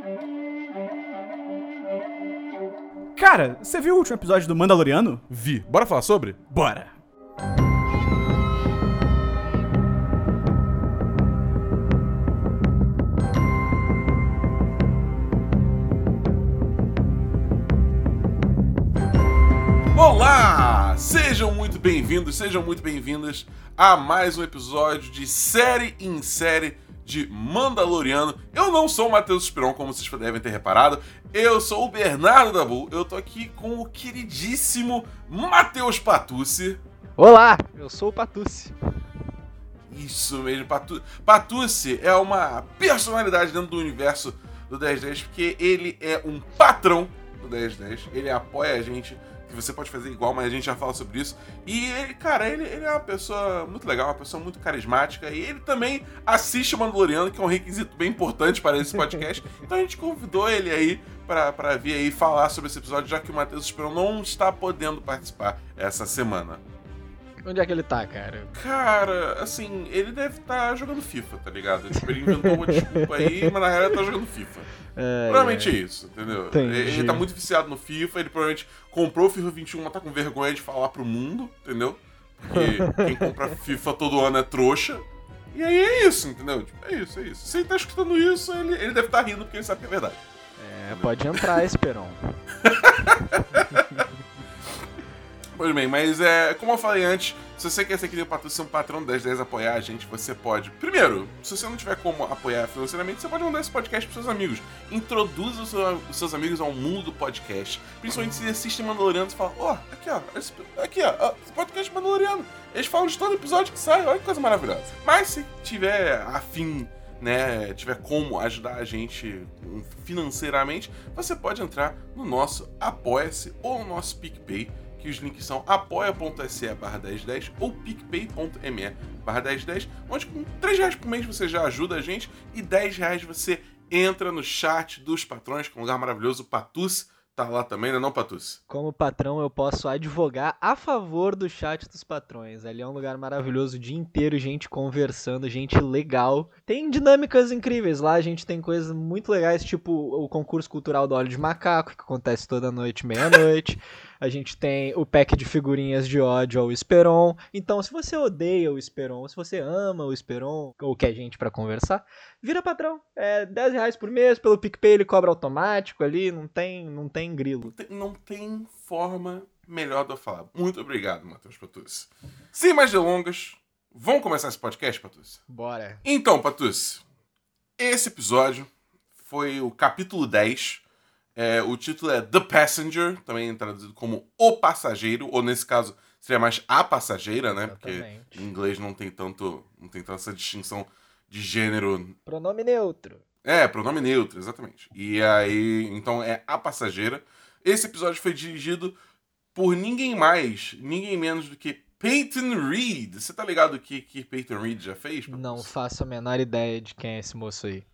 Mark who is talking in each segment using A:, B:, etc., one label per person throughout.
A: Cara, você viu o último episódio do Mandaloriano?
B: Vi. Bora falar sobre?
A: Bora!
B: Olá! Sejam muito bem-vindos, sejam muito bem-vindas a mais um episódio de série em série de Mandaloriano. Eu não sou o Matheus Esperon, como vocês devem ter reparado. Eu sou o Bernardo Dabu. Eu tô aqui com o queridíssimo Matheus Patucci.
C: Olá, eu sou o Patucci.
B: Isso mesmo, Patucci é uma personalidade dentro do universo do 1010, porque ele é um patrão do 1010. Ele apoia a gente, que você pode fazer igual, mas a gente já fala sobre isso. E ele, cara, ele é uma pessoa muito legal, uma pessoa muito carismática. E ele também assiste o Mandaloriano, que é um requisito bem importante para esse podcast. Então a gente convidou ele aí pra vir aí falar sobre esse episódio, já que o Matheus Esperon não está podendo participar essa semana.
C: Onde é que ele tá, cara?
B: Cara, assim, ele deve estar jogando FIFA, tá ligado? Tipo, ele inventou uma desculpa aí, mas na real ele tá jogando FIFA. Provavelmente é isso, entendeu?
C: Entendi.
B: Ele tá muito viciado no FIFA, ele provavelmente comprou o FIFA 21, mas tá com vergonha de falar pro mundo, entendeu? Porque quem compra FIFA todo ano é trouxa. E aí é isso, entendeu? Tipo, é isso. Se ele tá escutando isso, ele deve estar rindo porque ele sabe que é verdade.
C: Pode entrar, Esperon.
B: Pois bem, mas como eu falei antes, se você quer ser aquele um patrão do 1010 apoiar a gente, você pode. Primeiro, se você não tiver como apoiar financeiramente, você pode mandar esse podcast pros seus amigos. Introduza os seus amigos ao mundo do podcast. Principalmente se assistem Mandaloriano e falam, aqui ó, esse podcast Mandaloriano. Eles falam de todo episódio que sai, olha que coisa maravilhosa. Mas se tiver afim, né, tiver como ajudar a gente financeiramente, você pode entrar no nosso Apoia-se ou no nosso PicPay, que os links são apoia.se/1010 ou picpay.me/1010, onde com R$3 por mês você já ajuda a gente e R$10 você entra no chat dos patrões, que é um lugar maravilhoso. O Patucci tá lá também, né não, Patucci?
C: Como patrão, eu posso advogar a favor do chat dos patrões. Ali é um lugar maravilhoso, o dia inteiro, gente conversando, gente legal. Tem dinâmicas incríveis lá, a gente tem coisas muito legais, tipo o concurso cultural do Óleo de Macaco, que acontece toda noite, meia-noite. A gente tem o pack de figurinhas de ódio ao Esperon. Então, se você odeia o Esperon, ou se você ama o Esperon, ou quer gente pra conversar, vira patrão. É R$10 por mês, pelo PicPay ele cobra automático ali, não tem grilo.
B: Não tem forma melhor de eu falar. Muito obrigado, Matheus Patucci. Sem mais delongas, vamos começar esse podcast, Patucci?
C: Bora.
B: Então, Patucci, esse episódio foi o capítulo 10. O título é The Passenger, também traduzido como O Passageiro, ou nesse caso seria mais A Passageira, né?
C: Exatamente.
B: Porque em inglês não tem tanta essa distinção de gênero.
C: Pronome neutro.
B: Pronome neutro, exatamente. E aí, então é A Passageira. Esse episódio foi dirigido por ninguém menos do que Peyton Reed. Você tá ligado o que Peyton Reed já fez?
C: Não faço a menor ideia de quem é esse moço aí.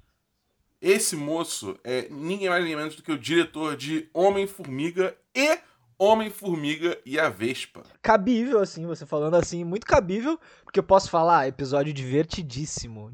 B: Esse moço é ninguém mais nem menos do que o diretor de Homem-Formiga e a Vespa.
C: Cabível, assim, você falando assim, muito cabível, porque eu posso falar, episódio divertidíssimo.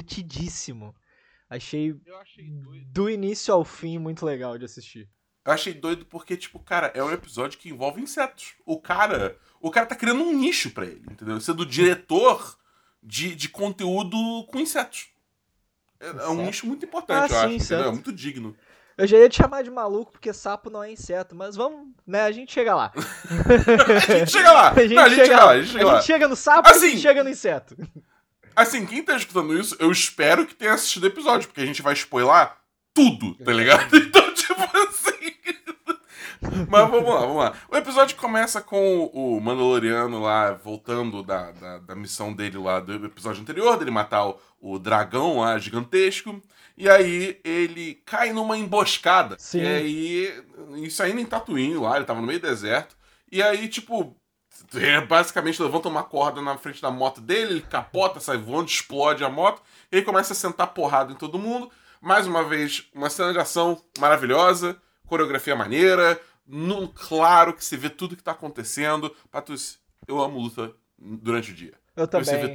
C: Achei do início ao fim muito legal de assistir.
B: Eu achei doido porque, tipo, cara, é um episódio que envolve insetos. O cara tá criando um nicho pra ele, entendeu? Sendo diretor de conteúdo com insetos. É um nicho muito importante, eu acho, entendeu? É muito digno.
C: Eu já ia te chamar de maluco porque sapo não é inseto, mas vamos, né, a gente chega lá.
B: A gente chega lá. A gente
C: chega no sapo
B: assim,
C: e a gente chega no inseto.
B: Assim, quem tá escutando isso, eu espero que tenha assistido o episódio, porque a gente vai spoiler tudo, tá ligado? Então, tipo assim... Mas vamos lá. O episódio começa com o Mandaloriano lá, voltando da missão dele lá do episódio anterior, dele matar o dragão lá, gigantesco. E aí ele cai numa emboscada.
C: Sim.
B: E aí, isso ainda em Tatooine lá, ele tava no meio do deserto. E aí, tipo, ele basicamente levanta uma corda na frente da moto dele, ele capota, sai voando, explode a moto. E aí começa a sentar porrada em todo mundo. Mais uma vez, uma cena de ação maravilhosa, coreografia maneira... Claro que você vê tudo que tá acontecendo. Patucci, eu amo luta durante o dia.
C: Eu também.
B: Você vê tudo.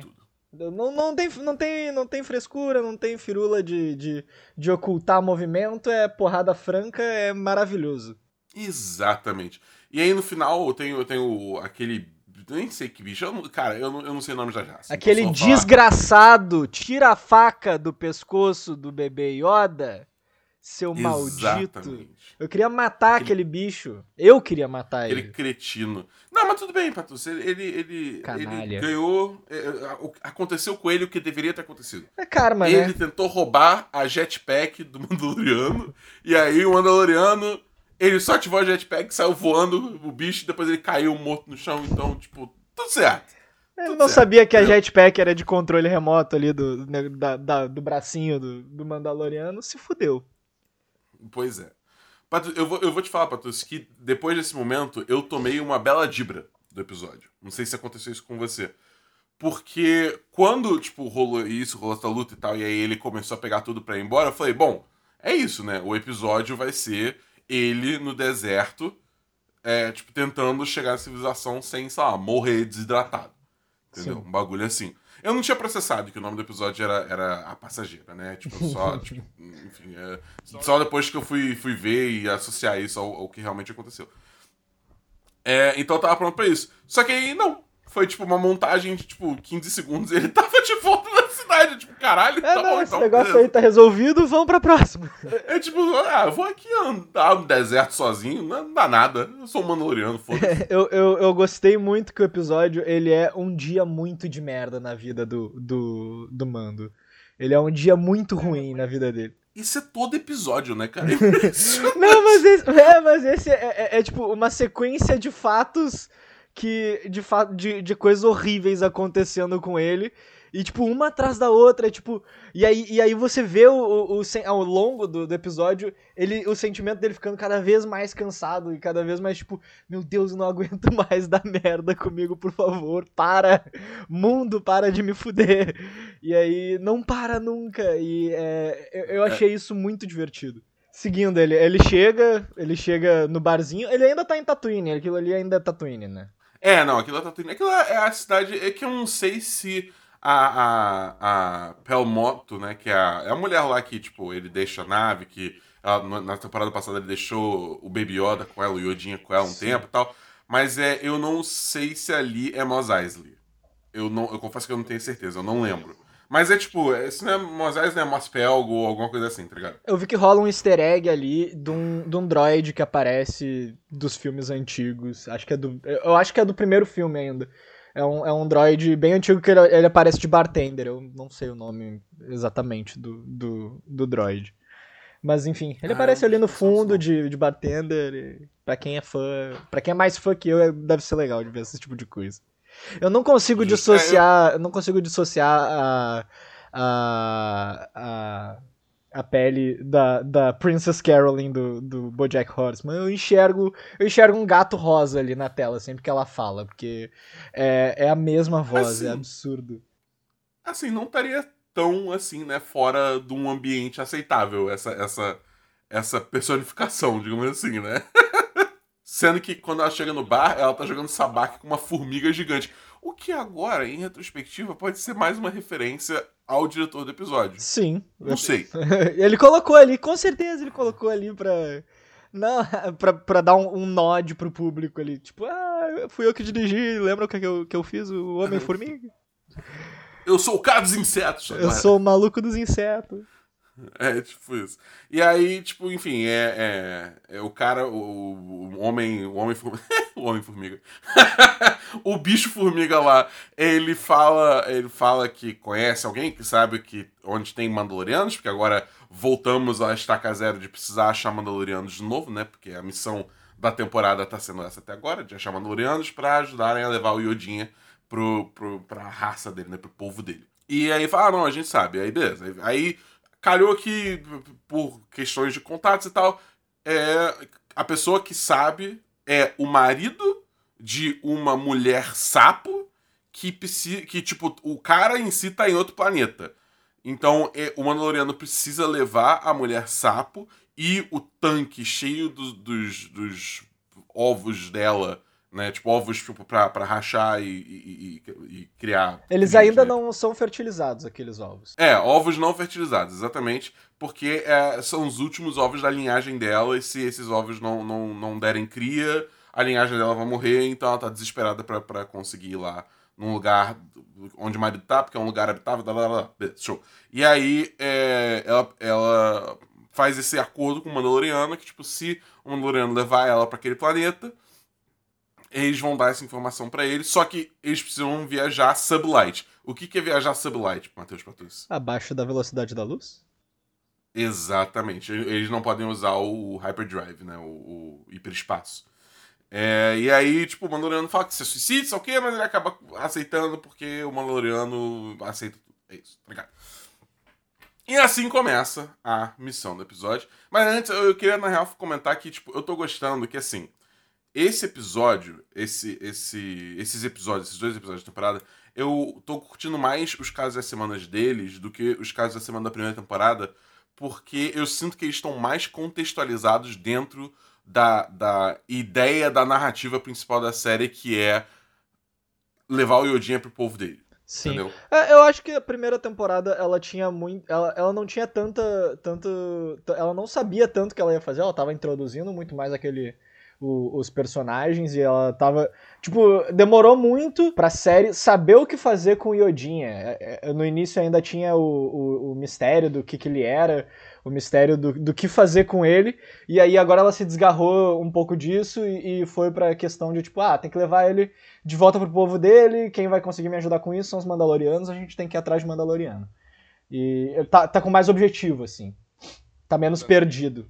C: Não tem frescura, não tem firula de ocultar movimento, é porrada franca, é maravilhoso.
B: Exatamente. E aí no final eu tenho aquele. Nem sei que bicho. Cara, eu não sei o nome da raça.
C: Aquele
B: Então, se eu falar-
C: desgraçado tira a faca do pescoço do bebê Yoda, seu maldito.
B: Exatamente.
C: Eu queria matar aquele bicho. Eu queria matar
B: Aquele
C: ele.
B: cretino. Não, mas tudo bem, Patus. Ele
C: Canalha.
B: ganhou. Aconteceu com ele o que deveria ter acontecido.
C: É karma,
B: Ele
C: né?
B: tentou roubar a jetpack do Mandaloriano. E aí o Mandaloriano. Ele só ativou a jetpack, saiu voando o bicho, depois ele caiu morto no chão. Então, tipo, tudo certo.
C: Ele
B: Tudo
C: não
B: certo.
C: sabia que a jetpack era de controle remoto ali do bracinho do Mandaloriano. Se fudeu.
B: Pois é. Patus, eu vou te falar, Patus, que depois desse momento eu tomei uma bela dibra do episódio. Não sei se aconteceu isso com você. Porque quando, tipo, rolou essa luta e tal, e aí ele começou a pegar tudo pra ir embora, eu falei, bom, é isso, né? O episódio vai ser ele no deserto, tipo, tentando chegar à civilização sem, sei lá, morrer desidratado. Entendeu?
C: Sim.
B: Um bagulho assim. Eu não tinha processado que o nome do episódio era A Passageira, né? Tipo, só, tipo, enfim, só depois que eu fui ver e associar isso ao que realmente aconteceu. Então eu tava pronto pra isso. Só que aí, não. Foi, tipo, uma montagem de, tipo, 15 segundos e ele tava de volta na cidade. Tipo, caralho, tá bom,
C: Esse
B: então.
C: negócio
B: beleza.
C: aí tá resolvido, vamos pra próxima.
B: Tipo, eu vou aqui andar no deserto sozinho, não dá nada. Eu sou um Mandaloriano, foda-se.
C: Eu gostei muito que o episódio, ele é um dia muito de merda na vida do Mando. Ele é um dia muito ruim na vida dele.
B: Isso é todo episódio, né, cara? É impressionante.
C: Não, mas esse é tipo uma sequência de fatos de coisas horríveis acontecendo com ele. E, tipo, uma atrás da outra, tipo... E aí você vê ao longo do episódio, o sentimento dele ficando cada vez mais cansado e cada vez mais, tipo... Meu Deus, eu não aguento mais dar merda comigo, por favor, para! Mundo, para de me fuder! E aí, não para nunca! E eu achei isso muito divertido. Seguindo ele chega no barzinho, ele ainda tá em Tatooine, aquilo ali ainda é Tatooine, né?
B: Não, aquilo é Tatooine. Aquilo é a cidade... É que eu não sei se a Pelmoto, né, que é a mulher lá que, tipo, ele deixa a nave, que na temporada passada ele deixou o Baby Yoda com ela, o Yodinha com ela um tempo e tal. Mas eu não sei se ali é Mos Eisley. Eu confesso que eu não tenho certeza, eu não lembro. Mas tipo, se não é Mos Eisley, é Mos Pelgo ou alguma coisa assim, tá ligado?
C: Eu vi que rola um easter egg ali de um droid que aparece dos filmes antigos. Eu acho que é do primeiro filme ainda. É um droid bem antigo que ele aparece de bartender. Eu não sei o nome exatamente do droid. Mas enfim, ele aparece ali no fundo de bartender. Pra quem é fã, pra quem é mais fã que eu, deve ser legal de ver esse tipo de coisa. Eu não consigo dissociar, eu não consigo dissociar a pele da Princess Carolyn do BoJack Horseman. Eu enxergo um gato rosa ali na tela sempre que ela fala, porque é a mesma voz,
B: Assim,
C: é absurdo.
B: Assim, não estaria tão, assim, né, fora de um ambiente aceitável essa personificação, digamos assim, né? Sendo que quando ela chega no bar, ela tá jogando sabaque com uma formiga gigante. O que agora, em retrospectiva, pode ser mais uma referência ao diretor do episódio.
C: Sim.
B: Não sei.
C: Ele colocou ali, com certeza ele colocou ali pra dar um nod pro público ali. Tipo, fui eu que dirigi, lembra o que eu fiz, o Homem-Formiga?
B: Eu sou o cara dos insetos.
C: Eu sou o maluco dos insetos.
B: Tipo isso. E aí, tipo, enfim, o cara, o homem-formiga. O homem-formiga. O bicho-formiga lá, ele fala que conhece alguém que sabe onde tem Mandalorianos, porque agora voltamos à estaca zero de precisar achar Mandalorianos de novo, né? Porque a missão da temporada tá sendo essa até agora, de achar Mandalorianos pra ajudarem a levar o Yodinha pra raça dele, né? Pro povo dele. E aí fala, não, a gente sabe. Aí beleza. Aí calhou que, por questões de contatos e tal, a pessoa que sabe é o marido de uma mulher sapo que tipo, o cara em si tá em outro planeta. Então, o Mandaloriano precisa levar a mulher sapo e o tanque cheio dos ovos dela né? Tipo, ovos tipo, pra rachar e criar...
C: Eles
B: crias,
C: ainda
B: né?
C: não são fertilizados, aqueles ovos.
B: Ovos não fertilizados, exatamente, porque são os últimos ovos da linhagem dela, e se esses ovos não derem cria, a linhagem dela vai morrer, então ela tá desesperada pra conseguir ir lá num lugar onde o marido tá, porque é um lugar habitável, show. E aí, ela faz esse acordo com o Mandaloriano, que, tipo, se o Mandaloriano levar ela pra aquele planeta, eles vão dar essa informação pra eles, só que eles precisam viajar sublight. O que é viajar sublight, Matheus Patus?
C: Abaixo da velocidade da luz?
B: Exatamente. Eles não podem usar o hyperdrive, né? O hiperespaço. E aí, tipo, o Mandaloriano fala que você suicida, sei o quê, mas ele acaba aceitando porque o Mandaloriano aceita tudo. É isso, tá ligado? E assim começa a missão do episódio. Mas antes, eu queria, na real, comentar que, tipo, eu tô gostando que, assim, esse episódio, esses episódios, esses 2 episódios da temporada, eu tô curtindo mais os casos das semanas deles do que os casos da semana da primeira temporada, porque eu sinto que eles estão mais contextualizados dentro da ideia da narrativa principal da série, que é levar o Yodinha pro povo dele.
C: Sim.
B: Entendeu?
C: Eu acho que a primeira temporada ela tinha muito. Ela não tinha ela não sabia tanto o que ela ia fazer, ela tava introduzindo muito mais os personagens e ela tava. Tipo, demorou muito pra série saber o que fazer com o Yodinha. No início ainda tinha o mistério do que ele era, o mistério do que fazer com ele, e aí agora ela se desgarrou um pouco disso e foi pra questão de, tipo, tem que levar ele de volta pro povo dele, quem vai conseguir me ajudar com isso são os Mandalorianos, a gente tem que ir atrás de Mandaloriano. E tá com mais objetivo, assim. Tá menos perdido.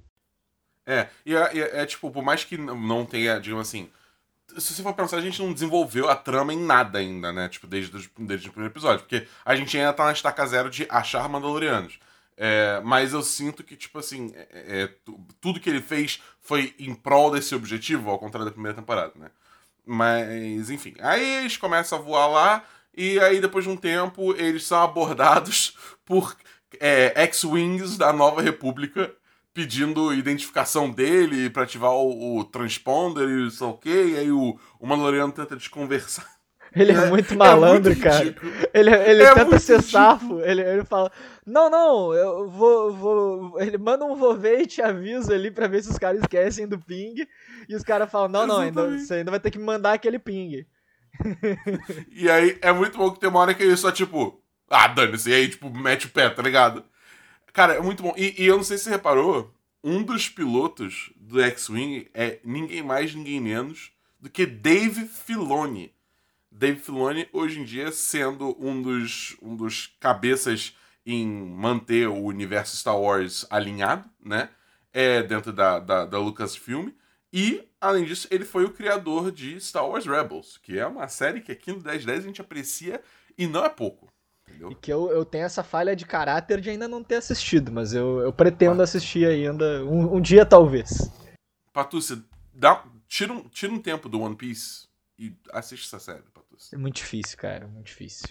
B: Tipo, por mais que não tenha, digamos assim, se você for pensar, a gente não desenvolveu a trama em nada ainda, né? Tipo, desde o primeiro episódio. Porque a gente ainda tá na estaca zero de achar Mandalorianos. Mas eu sinto que, tipo assim, tudo que ele fez foi em prol desse objetivo, ao contrário da primeira temporada, né? Mas, enfim. Aí eles começam a voar lá, e aí depois de um tempo eles são abordados por X-Wings da Nova República, pedindo identificação dele pra ativar o transponder e sei lá o quê, e aí o Mandaloriano tenta desconversar.
C: Ele é muito malandro,
B: muito
C: cara.
B: ridículo.
C: Ele tenta ser
B: ridículo.
C: safo. Ele fala, não, eu vou... Ele manda um vou ver e te aviso ali pra ver se os caras esquecem do ping. E os caras falam, não, você ainda vai ter que me mandar aquele ping.
B: E aí é muito bom que tem uma hora que ele só, tipo, dane-se, e aí, tipo, mete o pé, tá ligado? Cara, é muito bom. E eu não sei se você reparou, um dos pilotos do X-Wing é ninguém mais, ninguém menos do que Dave Filoni. Dave Filoni, hoje em dia, sendo um dos cabeças em manter o universo Star Wars alinhado, né? Dentro da Lucasfilm. E, além disso, ele foi o criador de Star Wars Rebels, que é uma série que aqui no 1010 a gente aprecia e não é pouco. Entendeu?
C: E que eu tenho essa falha de caráter de ainda não ter assistido, mas eu pretendo assistir ainda, um dia talvez.
B: Patúcia, tira um tempo do One Piece e assiste essa série, Patúcia.
C: É muito difícil, cara, muito difícil.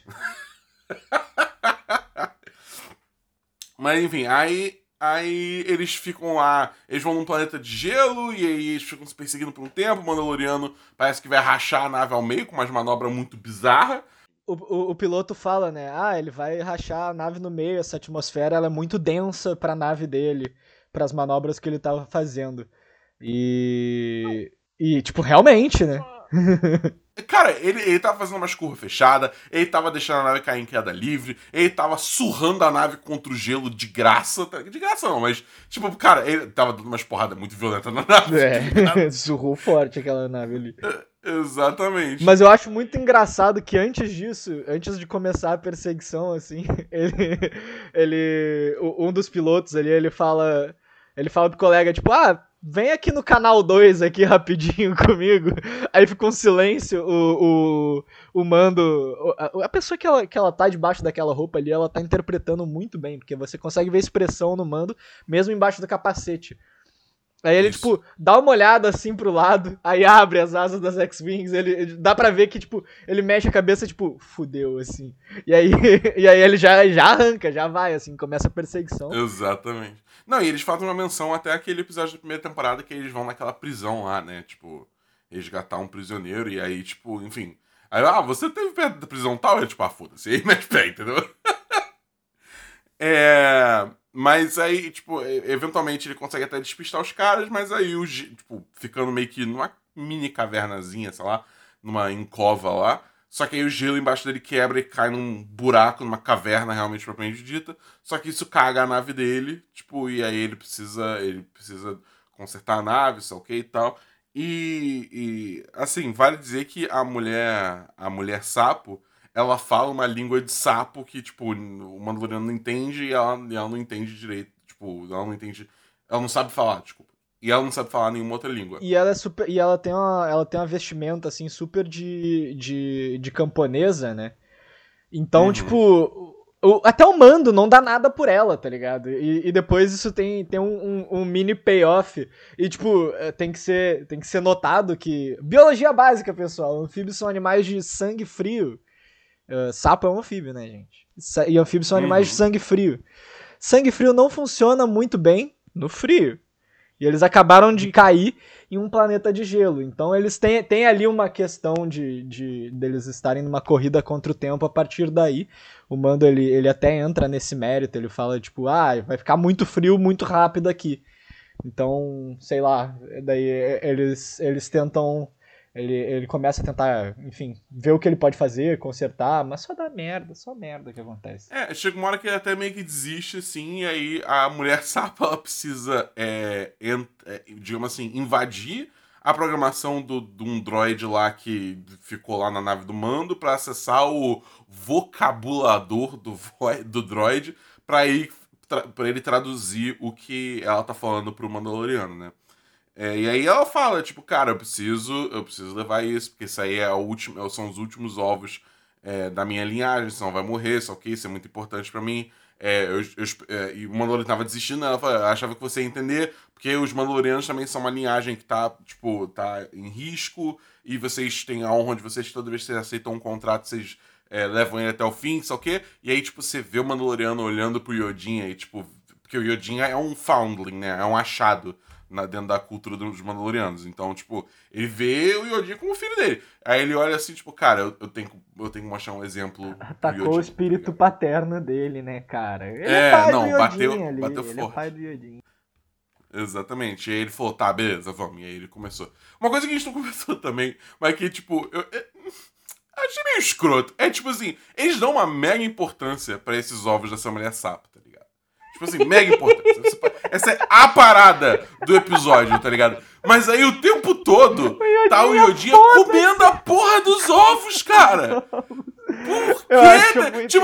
B: Mas enfim, aí eles ficam lá, eles vão num planeta de gelo e aí eles ficam se perseguindo por um tempo, o Mandaloriano parece que vai rachar a nave ao meio com umas manobras muito bizarras.
C: O piloto fala, né? Ele vai rachar a nave no meio, essa atmosfera ela é muito densa pra nave dele, pras manobras que ele tava fazendo. E tipo, realmente, né?
B: Cara, ele tava fazendo umas curvas fechadas, ele tava deixando a nave cair em queda livre, ele tava surrando a nave contra o gelo de graça. De graça não, mas, tipo, cara, ele tava dando umas porradas muito violentas na nave.
C: Surrou forte aquela nave ali.
B: Exatamente.
C: Mas eu acho muito engraçado que antes disso, antes de começar a perseguição, assim, um dos pilotos ali, ele fala pro colega, tipo, vem aqui no canal 2 aqui rapidinho comigo. Aí fica um silêncio, o Mando, a pessoa que ela tá debaixo daquela roupa ali, ela tá interpretando muito bem, porque você consegue ver expressão no Mando, mesmo embaixo do capacete. Aí ele, tipo, dá uma olhada assim pro lado, aí abre as asas das X-Wings, dá pra ver que, tipo, ele mexe a cabeça, tipo, fudeu, assim. E aí ele já arranca, já vai, assim, começa a perseguição.
B: Exatamente. Não, e eles fazem uma menção até aquele episódio da primeira temporada que eles vão naquela prisão lá, né, tipo... resgatar um prisioneiro, e aí, tipo, enfim. Aí, você teve perto da prisão tal? É tipo, foda-se, aí mete pé, entendeu? Mas aí, tipo, eventualmente ele consegue até despistar os caras, mas aí, tipo, ficando meio que numa mini cavernazinha, sei lá, numa encova lá. Só que aí o gelo embaixo dele quebra e cai num buraco, numa caverna realmente propriamente dita. Só que isso caga a nave dele, tipo, e aí ele precisa consertar a nave, isso ok e tal. Assim, vale dizer que a mulher sapo, ela fala uma língua de sapo que, tipo, o Mandaloriano não entende e ela não entende direito. Tipo, ela não entende. Ela não sabe falar, desculpa. E ela não sabe falar nenhuma outra língua.
C: E ela é super. E ela tem uma vestimenta, assim, super de camponesa, né? Então, tipo. Até o Mando não dá nada por ela, tá ligado? E depois isso tem um mini payoff. E, tipo, tem que ser notado que. Biologia básica, pessoal. Anfíbios são animais de sangue frio. Sapo é um anfíbio, né, gente? E anfíbios são animais de sangue frio. Sangue frio não funciona muito bem no frio. E eles acabaram de cair em um planeta de gelo. Então eles têm ali uma questão deles estarem numa corrida contra o tempo a partir daí. O Mando, ele até entra nesse mérito. Ele fala, tipo, vai ficar muito frio muito rápido aqui. Então, sei lá, daí eles tentam... Ele começa a tentar, enfim, ver o que ele pode fazer, consertar, mas só merda que acontece.
B: Chega uma hora que ele até meio que desiste, assim, e aí a mulher sapo, ela precisa, digamos assim, invadir a programação de um droid lá que ficou lá na nave do Mando pra acessar o vocabulador do droid pra ele traduzir o que ela tá falando pro Mandaloriano, né? E aí ela fala, tipo, cara, eu preciso levar isso, porque isso aí são os últimos ovos da minha linhagem, senão vai morrer, só que isso é muito importante pra mim. E o Mandaloriano tava desistindo, ela falou, eu achava que você ia entender, porque os Mandalorianos também são uma linhagem que tá em risco, e vocês têm a honra de vocês, toda vez que vocês aceitam um contrato, vocês levam ele até o fim, só que. E aí, tipo, você vê o Mandaloriano olhando pro Yodinha, e tipo, porque o Yodinha é um foundling, né, é um achado dentro da cultura dos Mandalorianos. Então, tipo, ele vê o Yodinha como filho dele. Aí ele olha assim, tipo, cara, eu tenho que mostrar um exemplo.
C: Atacou o espírito paterno dele, né, cara? Ele é pai do Yodinha
B: bateu
C: ele
B: forte.
C: É pai do Yodinha.
B: Exatamente. E aí ele falou, tá, beleza, vamos. E aí ele começou. Uma coisa que a gente não começou também, mas que, tipo, eu achei meio escroto. É tipo assim, eles dão uma mega importância pra esses ovos dessa mulher sapo, tá ligado? Tipo assim, mega importância. Essa é a parada do episódio, tá ligado? Mas aí o tempo todo tá o Yodinha comendo a porra dos ovos, cara. Por quê? Tipo,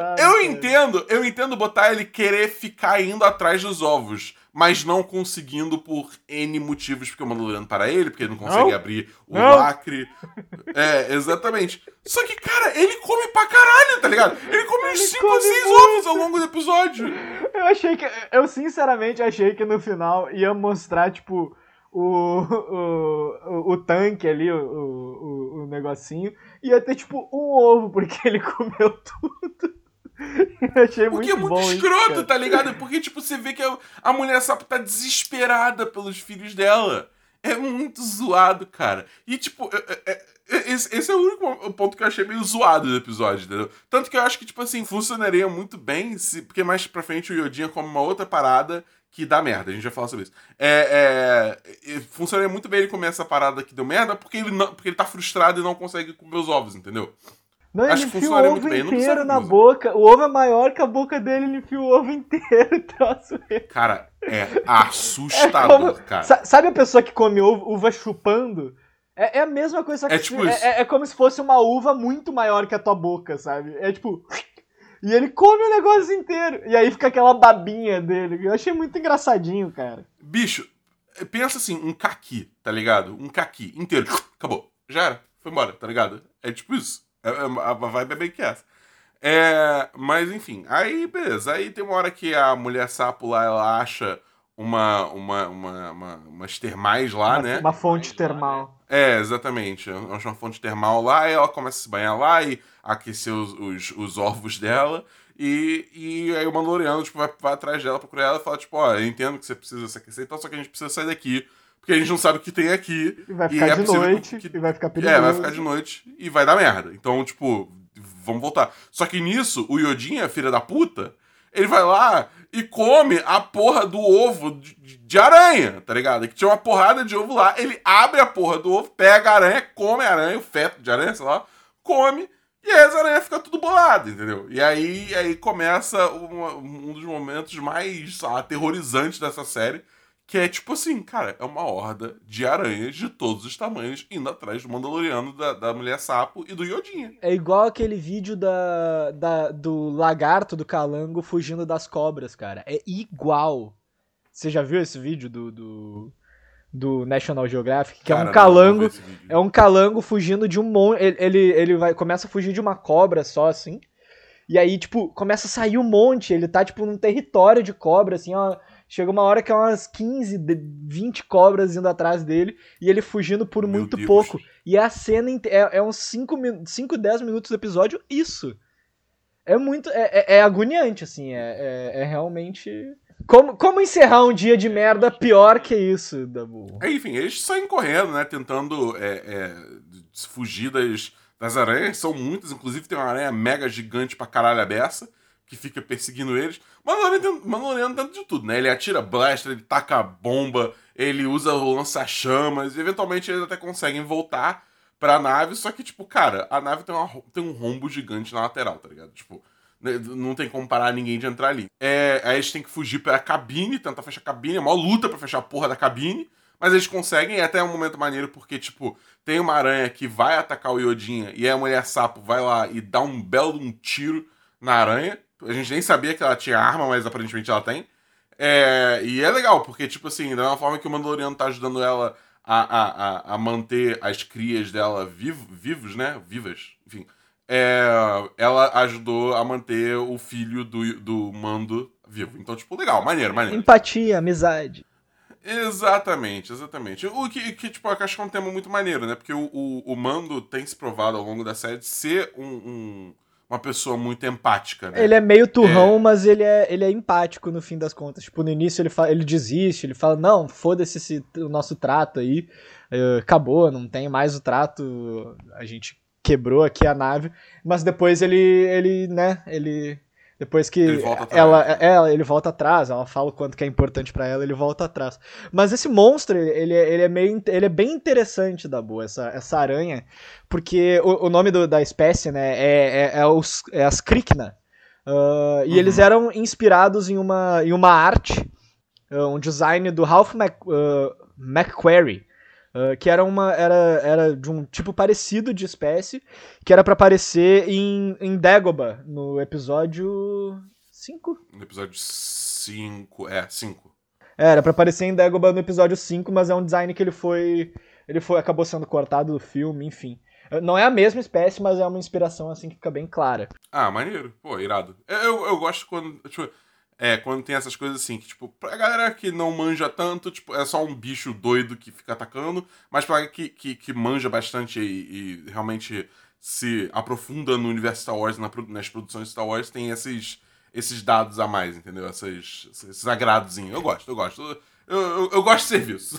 B: eu entendo botar ele querer ficar indo atrás dos ovos, mas não conseguindo por N motivos, porque o Mandaloriano para ele, porque ele não consegue abrir o lacre. Exatamente. Só que, cara, ele come pra caralho, tá ligado? Ele come uns 5 ou 6 ovos ao longo do episódio.
C: Eu sinceramente achei que no final ia mostrar, tipo, o tanque ali, o negocinho, ia ter, tipo, um ovo, porque ele comeu tudo. Eu achei muito bom.
B: O que é muito escroto, isso, tá ligado? Porque, tipo, você vê que a mulher sapo tá desesperada pelos filhos dela. É muito zoado, cara. E, tipo, esse é o único ponto que eu achei meio zoado do episódio, entendeu? Tanto que eu acho que, tipo assim, funcionaria muito bem porque mais pra frente o Yodinha come uma outra parada que dá merda. A gente vai falar sobre isso. Funcionaria muito bem ele comer essa parada que deu merda porque ele tá frustrado e não consegue comer os ovos, entendeu?
C: Não, ele enfia o ovo inteiro na boca. O ovo é maior que a boca dele, ele enfia o ovo inteiro.
B: Cara, é assustador, cara.
C: Sabe a pessoa que come uva chupando? É a mesma coisa, só que
B: tipo isso.
C: É como se fosse uma uva muito maior que a tua boca, sabe? É tipo... E ele come o negócio inteiro. E aí fica aquela babinha dele. Eu achei muito engraçadinho, cara.
B: Bicho, pensa assim, um caqui, tá ligado? Um caqui inteiro. Acabou. Já era. Foi embora, tá ligado? É tipo isso. A vibe é bem que essa. Mas enfim, aí beleza. Aí tem uma hora que a mulher sapo lá, ela acha umas termais lá, né?
C: Uma fonte termal.
B: Exatamente. Acha uma fonte termal lá, e ela começa a se banhar lá e aquecer os ovos dela. E aí o Mandaloriano, tipo, vai atrás dela, procurar ela e fala, tipo, eu entendo que você precisa se aquecer e tal, só que a gente precisa sair daqui porque a gente não sabe o que tem aqui.
C: E vai ficar de noite, e vai ficar perigoso.
B: Vai ficar de noite e vai dar merda. Então, tipo, vamos voltar. Só que nisso, o Yodinha, filha da puta, ele vai lá e come a porra do ovo de aranha, tá ligado? Que tinha uma porrada de ovo lá, ele abre a porra do ovo, pega a aranha, come a aranha, o feto de aranha, sei lá, come, e aí as aranhas ficam tudo bolado, entendeu? E aí começa um dos momentos mais, sei lá, aterrorizantes dessa série, que é tipo assim, cara, é uma horda de aranhas de todos os tamanhos indo atrás do Mandaloriano, da mulher sapo e do Yodinha.
C: É igual aquele vídeo do lagarto do calango fugindo das cobras, cara. É igual. Você já viu esse vídeo do National Geographic? Que cara, é um calango. É um calango fugindo de um monte. Começa a fugir de uma cobra só, assim. E aí, tipo, começa a sair um monte. Ele tá, tipo, num território de cobra, assim, ó. Chega uma hora que é umas 15, 20 cobras indo atrás dele e ele fugindo por muito pouco. E a cena é uns 5, 10 minutos do episódio, isso. É muito... É agoniante, assim. É realmente... Como encerrar um dia de merda pior que isso, Dabu?
B: Enfim, eles saem correndo, né? Tentando fugir das aranhas. São muitas, inclusive tem uma aranha mega gigante pra caralho a beça, que fica perseguindo eles. Mandaloriano tenta de tudo, né? Ele atira blaster, ele taca bomba, ele usa o lança-chamas, e eventualmente eles até conseguem voltar pra nave, só que, tipo, cara, a nave tem um rombo gigante na lateral, tá ligado? Tipo, não tem como parar ninguém de entrar ali. Aí eles têm que fugir pela cabine, tentar fechar a cabine, é uma luta pra fechar a porra da cabine, mas eles conseguem, é até um momento maneiro, porque, tipo, tem uma aranha que vai atacar o Yodinha, e aí a mulher sapo vai lá e dá um belo de um tiro na aranha. A gente nem sabia que ela tinha arma, mas aparentemente ela tem. E é legal, porque, tipo assim, da mesma forma que o Mandaloriano tá ajudando ela a manter as crias dela vivos, né? Vivas, enfim. Ela ajudou a manter o filho do Mando vivo. Então, tipo, legal, maneiro.
C: Empatia, amizade.
B: Exatamente. O que tipo, eu acho que é um tema muito maneiro, né? Porque o Mando tem se provado ao longo da série de ser uma pessoa muito empática, né?
C: Ele é meio turrão, mas ele é empático no fim das contas. Tipo, no início ele desiste, ele fala, não, foda-se o nosso trato aí, acabou, não tem mais o trato, a gente quebrou aqui a nave, mas depois ele depois que ele volta atrás. Ele volta atrás, ela fala o quanto que é importante pra ela, ele volta atrás. Mas esse monstro, ele é bem interessante, Dabu, essa aranha, porque o nome da espécie, né, é as Krykna. E eles eram inspirados em uma arte, um design do Ralph McQuarrie, que era de um tipo parecido de espécie, que era pra aparecer em Dagobah, no episódio 5?
B: No episódio 5, 5.
C: Era pra aparecer em Dagobah no episódio 5, mas é um design que ele acabou sendo cortado do filme, enfim. Não é a mesma espécie, mas é uma inspiração assim que fica bem clara.
B: Ah, maneiro. Pô, irado. Eu gosto quando... Tipo, quando tem essas coisas assim, que, tipo, pra galera que não manja tanto, tipo, é só um bicho doido que fica atacando, mas pra galera que manja bastante e realmente se aprofunda no universo Star Wars, nas produções de Star Wars, tem esses dados a mais, entendeu? Esses agradozinhos. Eu gosto. Eu gosto de serviço.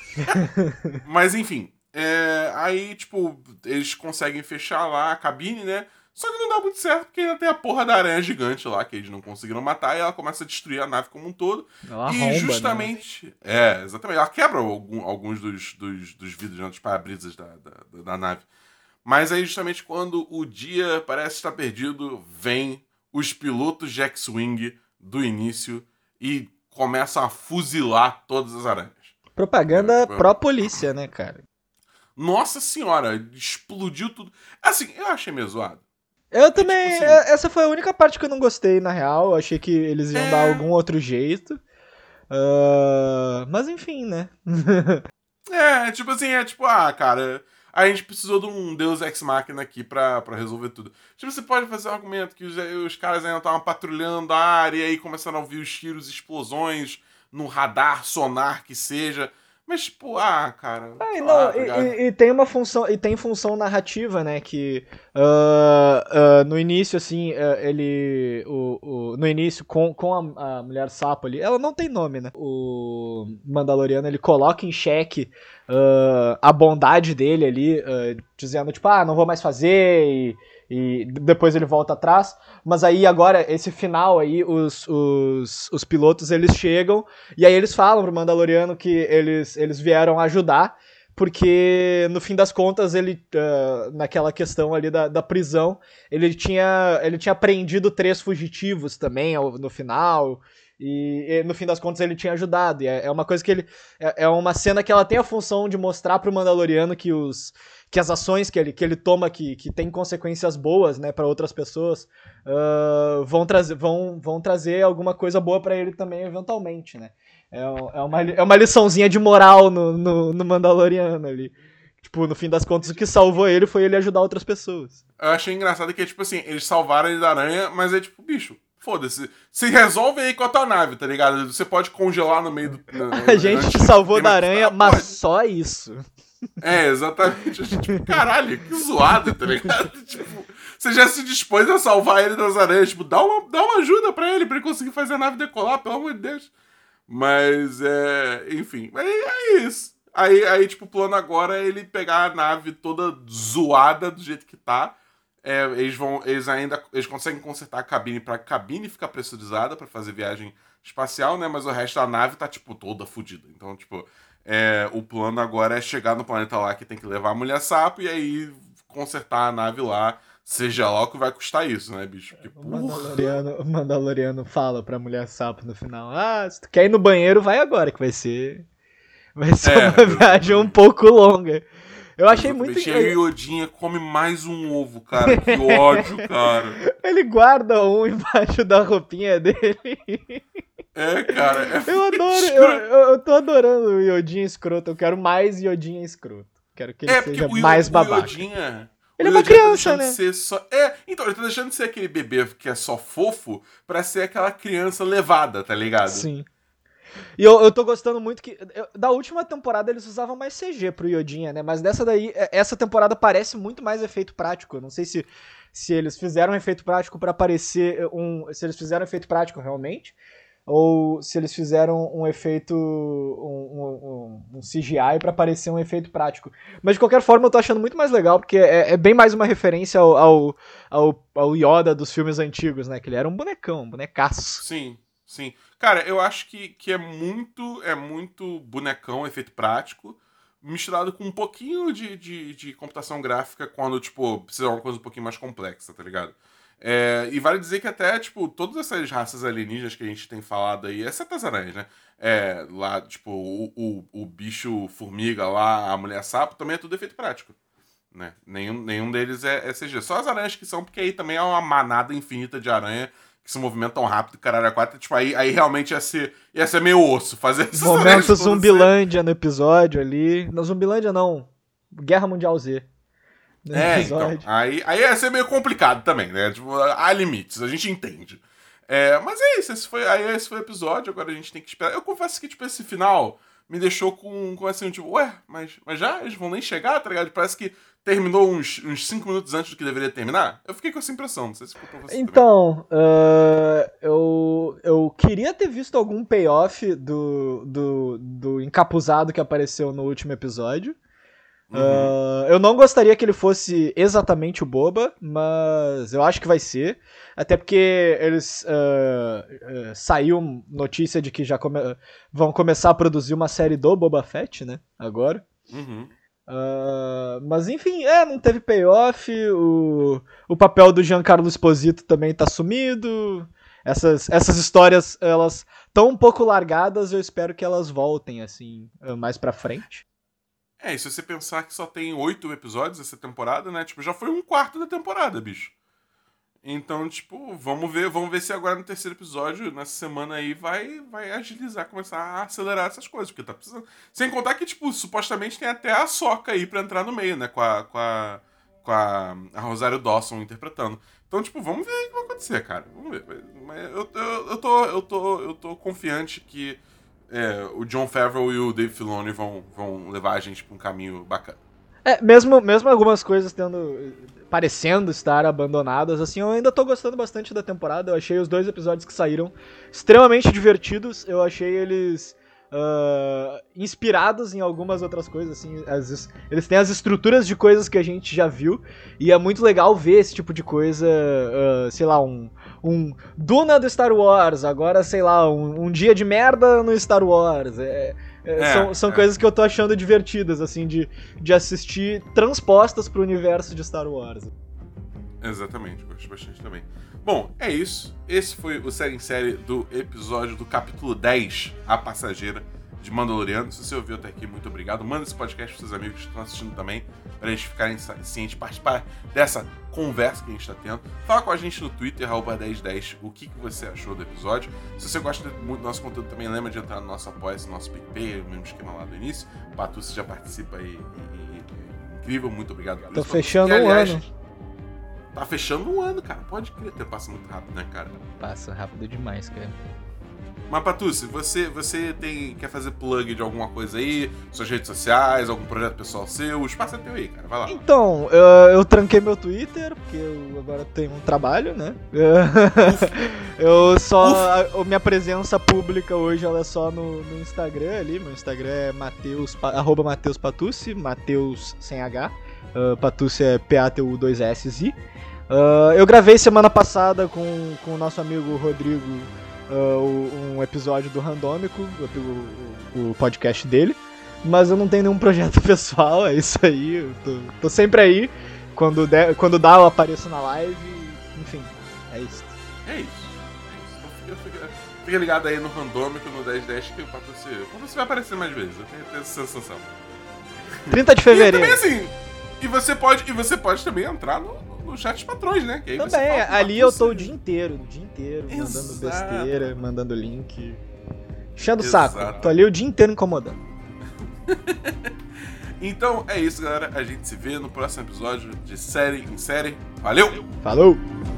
B: Mas, enfim, aí, tipo, eles conseguem fechar lá a cabine, né? Só que não dá muito certo, porque ainda tem a porra da aranha gigante lá, que eles não conseguiram matar, e ela começa a destruir a nave como um todo.
C: Ela
B: e
C: arromba,
B: justamente...
C: né?
B: Exatamente. Ela quebra alguns dos vidros, né, dos para-brisas da nave. Mas aí, justamente quando o dia parece estar perdido, vem os pilotos de X-Wing do início e começam a fuzilar todas as aranhas.
C: Propaganda pró-polícia, né, cara?
B: Nossa senhora, explodiu tudo. Assim, eu achei meio zoado.
C: Eu também, tipo assim, essa foi a única parte que eu não gostei, na real. Eu achei que eles iam dar algum outro jeito. Mas enfim, né?
B: Cara, a gente precisou de um Deus Ex Machina aqui pra resolver tudo. Tipo, você pode fazer um argumento que os caras ainda estavam patrulhando a área e aí começaram a ouvir os tiros, explosões no radar, sonar, que seja. Mas, tipo, cara.
C: Ah, e,
B: Sei
C: não,
B: lá, tá ligado?
C: e tem uma função, e tem função narrativa, né, que no início, assim, no início, com a mulher sapo ali, ela não tem nome, né, o Mandaloriano, ele coloca em xeque a bondade dele ali, dizendo, tipo, não vou mais fazer, e depois ele volta atrás, mas aí agora, esse final aí, os pilotos, eles chegam, e aí eles falam pro Mandaloriano que eles vieram ajudar, porque no fim das contas, ele, naquela questão ali da prisão, ele tinha prendido 3 fugitivos também no final, e no fim das contas ele tinha ajudado, e é uma coisa que ele, é uma cena que ela tem a função de mostrar pro Mandaloriano que as ações que ele toma, que tem consequências boas, né, para outras pessoas, vão trazer alguma coisa boa para ele também, eventualmente, né. É uma liçãozinha de moral no Mandaloriano ali. Tipo, no fim das contas, o que salvou ele foi ele ajudar outras pessoas.
B: Eu achei engraçado que, tipo assim, eles salvaram ele da aranha, mas é tipo, bicho, foda-se. Se resolve aí com a tua nave, tá ligado? Você pode congelar no meio do...
C: A gente te salvou da aranha, mas só isso.
B: Exatamente. Tipo, caralho, que zoado, tá ligado? Tipo, você já se dispôs a salvar ele das aranhas. Tipo, dá uma ajuda pra ele conseguir fazer a nave decolar, pelo amor de Deus. Mas, enfim. É isso. Aí, tipo, o plano agora é ele pegar a nave toda zoada do jeito que tá. Eles conseguem consertar a cabine pra cabine ficar pressurizada pra fazer viagem espacial, né? Mas o resto da nave tá, tipo, toda fodida. Então, tipo... o plano agora é chegar no planeta lá que tem que levar a mulher sapo e aí consertar a nave lá, seja lá o que vai custar isso, né, bicho? Porque,
C: o Mandaloriano fala pra mulher sapo no final, se tu quer ir no banheiro, vai agora, que vai ser uma viagem um pouco longa. Eu achei muito...
B: E aí o Yodinha come mais um ovo, cara. Que ódio, cara.
C: Ele guarda um embaixo da roupinha dele.
B: Cara.
C: Eu adoro, eu tô adorando o Yodinha escroto. Eu quero mais Yodinha escroto. Quero que ele seja mais babaca.
B: Yodinha,
C: ele é uma criança,
B: tá
C: né?
B: Então, ele tá deixando de ser aquele bebê que é só fofo pra ser aquela criança levada, tá ligado?
C: Sim. E eu tô gostando muito que... Da última temporada eles usavam mais CG pro Yodinha, né? Mas essa temporada parece muito mais efeito prático. Eu não sei se eles fizeram um efeito prático pra parecer se eles fizeram efeito prático realmente, ou se eles fizeram um efeito... um CGI pra parecer um efeito prático. Mas de qualquer forma eu tô achando muito mais legal, porque é bem mais uma referência ao Yoda dos filmes antigos, né? Que ele era um bonecão, um bonecaço.
B: Sim. Sim. Cara, eu acho que é muito bonecão, efeito prático, misturado com um pouquinho de computação gráfica quando, tipo, precisa de uma coisa um pouquinho mais complexa, tá ligado? E vale dizer que até, tipo, todas essas raças alienígenas que a gente tem falado aí, exceto as aranhas, né? Lá, tipo, o bicho formiga lá, a mulher sapo, também é tudo efeito prático, né? Nenhum deles é CG. Só as aranhas que são, porque aí também é uma manada infinita de aranha que se movimenta tão rápido, caralho, a 4, tipo, aí realmente ia ser meio osso fazer essas
C: momento Zumbilândia no episódio ali. Não, Zumbilândia não. Guerra Mundial Z.
B: Então. Aí ia ser meio complicado também, né? Tipo, há limites, a gente entende. Mas é isso, esse foi o episódio, agora a gente tem que esperar. Eu confesso que, tipo, esse final me deixou com assim, tipo, mas já? Eles vão nem chegar, tá ligado? Parece que terminou uns 5 minutos antes do que deveria terminar. Eu fiquei com essa impressão, não sei se ficou pra você
C: então, eu queria ter visto algum payoff do encapuzado que apareceu no último episódio. Eu não gostaria que ele fosse exatamente o Boba, mas eu acho que vai ser. Até porque eles saiu notícia de que já vão começar a produzir uma série do Boba Fett, né? Agora. Mas enfim, não teve payoff. O papel do Giancarlo Esposito também tá sumido. Essas histórias, elas estão um pouco largadas. Eu espero que elas voltem assim mais pra frente.
B: E se você pensar que só tem 8 episódios essa temporada, né? Tipo, já foi 1/4 da temporada, bicho. Então, tipo, vamos ver se agora no terceiro episódio, nessa semana aí, vai agilizar, começar a acelerar essas coisas, porque tá precisando. Sem contar que, tipo, supostamente tem até a Soca aí pra entrar no meio, né? Com a Rosário Dawson interpretando. Então, tipo, vamos ver o que vai acontecer, cara. Vamos ver. Mas eu tô confiante que o Jon Favreau e o Dave Filoni vão levar a gente pra um caminho bacana.
C: Mesmo algumas coisas parecendo estar abandonadas, assim, eu ainda tô gostando bastante da temporada. Eu achei os 2 episódios que saíram extremamente divertidos. Eu achei eles inspirados em algumas outras coisas, assim. Eles têm as estruturas de coisas que a gente já viu, e é muito legal ver esse tipo de coisa, sei lá, um Duna do Star Wars, agora, sei lá, um dia de merda no Star Wars. São coisas que eu tô achando divertidas, assim, de assistir transpostas pro universo de Star Wars.
B: Exatamente, gosto bastante também. Bom, é isso. Esse foi o Série em Série do episódio do capítulo 10, A Passageira, de Mandaloriano. Se você ouviu até aqui, muito obrigado. Manda esse podcast pros seus amigos que estão assistindo também, pra eles ficarem cientes, participar dessa conversa que a gente tá tendo. Fala com a gente no Twitter, @1010, o que você achou do episódio. Se você gosta muito do nosso conteúdo também, lembra de entrar no nosso Apoia-se, no nosso PicPay, o mesmo esquema lá do início. O Patucci já participa aí. Incrível, muito obrigado por
C: Tô
B: isso.
C: fechando um ano.
B: Tá fechando um ano, cara. Pode crer, passa muito rápido, né, cara?
C: Passa rápido demais, cara.
B: Mas, Patucci, você quer fazer plug de alguma coisa aí? Suas redes sociais, algum projeto pessoal seu? O espaço é teu aí, cara. Vai lá.
C: Então, eu tranquei meu Twitter, porque eu agora tenho um trabalho, né? Minha presença pública hoje ela é só no Instagram ali. Meu Instagram é @MatheusPatucci, Matheus sem H. Patucci é PATU2SI. Eu gravei semana passada com o nosso amigo Rodrigo um episódio do Randômico, o podcast dele, mas eu não tenho nenhum projeto pessoal, é isso aí, eu tô sempre aí, quando dá eu apareço na live, enfim, é isso.
B: Então fica ligado aí no Randômico, no 1010, que o Patucci vai aparecer mais vezes, eu tenho essa sensação.
C: 30 de fevereiro.
B: E também assim, e você pode também entrar no chat dos patrões, né? Que aí
C: também, ali eu tô o dia inteiro,
B: Exato.
C: mandando besteira, mandando link, enchendo o saco, tô ali o dia inteiro incomodando.
B: Então é isso, galera, a gente se vê no próximo episódio de Série em Série. Valeu!
C: Falou!